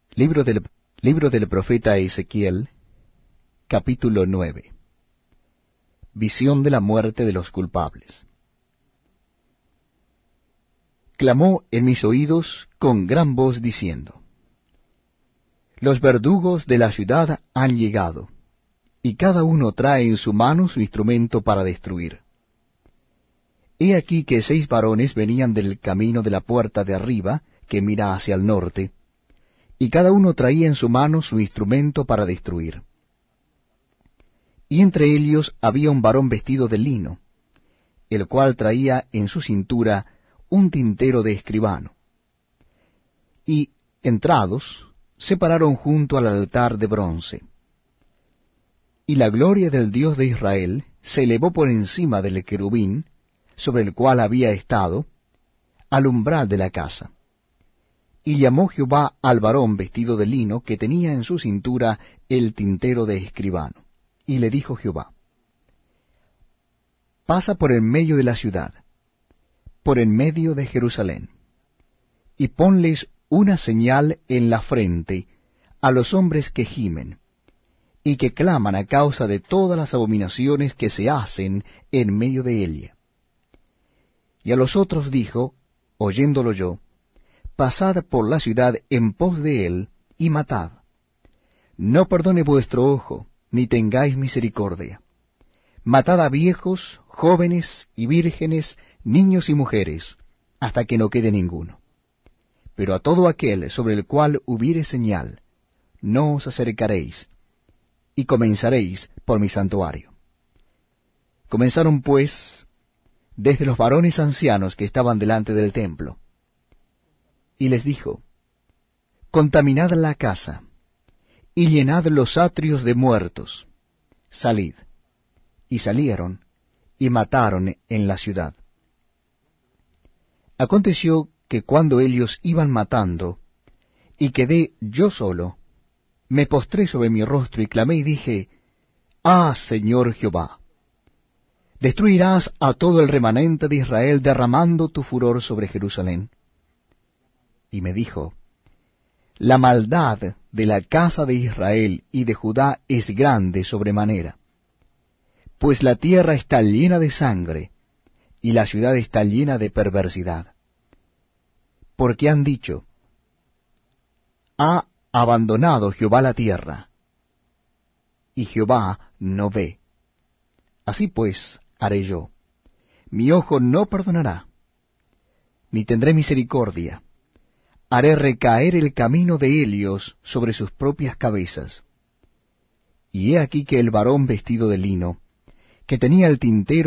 Libro del profeta Ezequiel, capítulo 9. Visión de la muerte de los culpables. Clamó en mis oídos con gran voz diciendo: Los verdugos de la ciudad han llegado, y cada uno trae en su mano su instrumento para destruir. He aquí que 6 varones venían del camino de la puerta de arriba, que mira hacia el norte, y cada uno traía en su mano su instrumento para destruir. Y entre ellos había un varón vestido de lino, el cual traía en su cintura un tintero de escribano. Y, entrados, se pararon junto al altar de bronce. Y la gloria del Dios de Israel se elevó por encima del querubín, sobre el cual había estado, al umbral de la casa. Y llamó Jehová al varón vestido de lino que tenía en su cintura el tintero de escribano. Y le dijo Jehová: Pasa por en medio de la ciudad, por en medio de Jerusalén, y ponles una señal en la frente a los hombres que gimen, y que claman a causa de todas las abominaciones que se hacen en medio de ella. Y a los otros dijo, oyéndolo yo: Pasad por la ciudad en pos de él, y matad. No perdone vuestro ojo, ni tengáis misericordia. Matad a viejos, jóvenes y vírgenes, niños y mujeres, hasta que no quede ninguno. Pero a todo aquel sobre el cual hubiere señal, no os acercaréis, y comenzaréis por mi santuario. Comenzaron pues desde los varones ancianos que estaban delante del templo. Y les dijo: Contaminad la casa, y llenad los atrios de muertos. Salid. Y salieron, y mataron en la ciudad. Aconteció que cuando ellos iban matando, y quedé yo solo, me postré sobre mi rostro y clamé y dije: Ah, Señor Jehová, ¿destruirás a todo el remanente de Israel derramando tu furor sobre Jerusalén? Y me dijo: La maldad de la casa de Israel y de Judá es grande sobremanera, pues la tierra está llena de sangre, y la ciudad está llena de perversidad. Porque han dicho: Ha abandonado Jehová la tierra, y Jehová no ve. Así pues haré yo: mi ojo no perdonará, ni tendré misericordia. Haré recaer el camino de ellos sobre sus propias cabezas. Y he aquí que el varón vestido de lino, que tenía el tintero